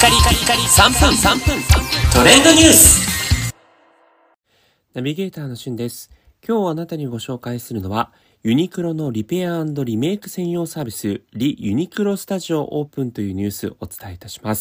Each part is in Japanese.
カリカリカリ3分トレンドニュース。 ナビゲーターのしゅんです。今日あなたにご紹介するのはユニクロのリペア&リメイク専用サービスリユニクロスタジオオープンというニュースをお伝えいたします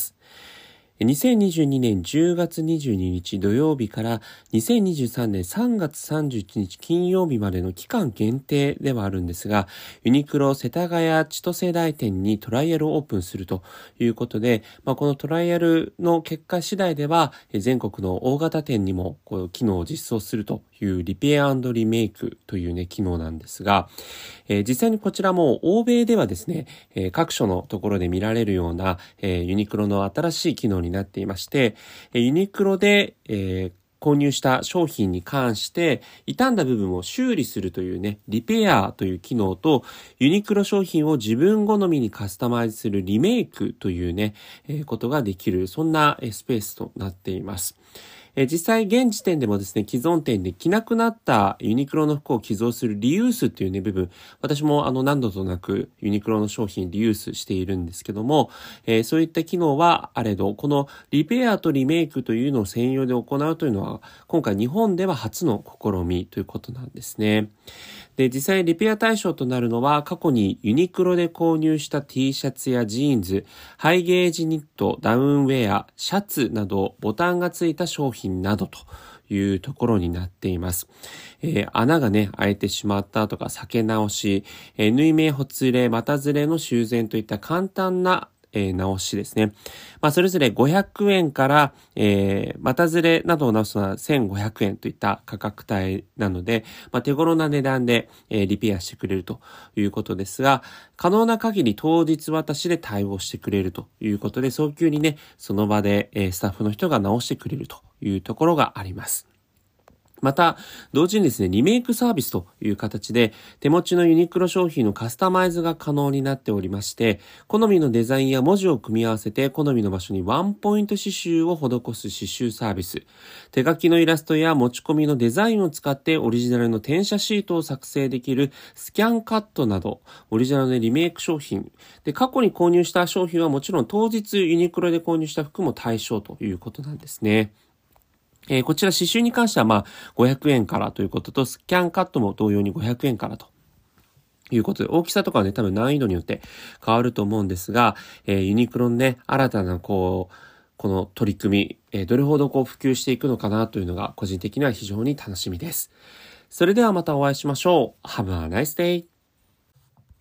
。2022年10月22日土曜日から2023年3月31日金曜日までの期間限定ではあるんですが、ユニクロ世田谷千歳台店にトライアルオープンするということで、このトライアルの結果次第では全国の大型店にもこう機能を実装するというリペア&リメイクという機能なんですが、実際にこちらも欧米ではですね、各所のところで見られるような、ユニクロの新しい機能になっていまして、ユニクロで、購入した商品に関して傷んだ部分を修理するというリペアという機能と、ユニクロ商品を自分好みにカスタマイズするリメイクということができる、そんなスペースとなっています。実際現時点でもですね、既存店で着なくなったユニクロの服を寄贈するリユースっていう部分、私も何度となくユニクロの商品リユースしているんですけども、そういった機能はあれど、このリペアとリメイクというのを専用で行うというのは、今回日本では初の試みということなんですね。で、実際リペア対象となるのは、過去にユニクロで購入した T シャツやジーンズ、ハイゲージニット、ダウンウェア、シャツなどボタンがついた商品などというところになっています。穴が開いてしまったとか避け直し、縫い目ほつれ、股ずれの修繕といった簡単な直しですね。それぞれ500円から、股ずれなどを直すのは1500円といった価格帯なので、手頃な値段で、リペアしてくれるということですが、可能な限り当日渡しで対応してくれるということで、早急にその場で、スタッフの人が直してくれるというところがあります。また、同時にですね、リメイクサービスという形で、手持ちのユニクロ商品のカスタマイズが可能になっておりまして、好みのデザインや文字を組み合わせて、好みの場所にワンポイント刺繍を施す刺繍サービス、手書きのイラストや持ち込みのデザインを使ってオリジナルの転写シートを作成できるスキャンカットなど、オリジナルのリメイク商品。で、過去に購入した商品はもちろん当日ユニクロで購入した服も対象ということなんですね。こちら刺繍に関しては500円からということと、スキャンカットも同様に500円からということで、大きさとかは多分難易度によって変わると思うんですが、ユニクロの新たなこの取り組み、どれほど普及していくのかなというのが個人的には非常に楽しみです。それではまたお会いしましょう。Have a nice day!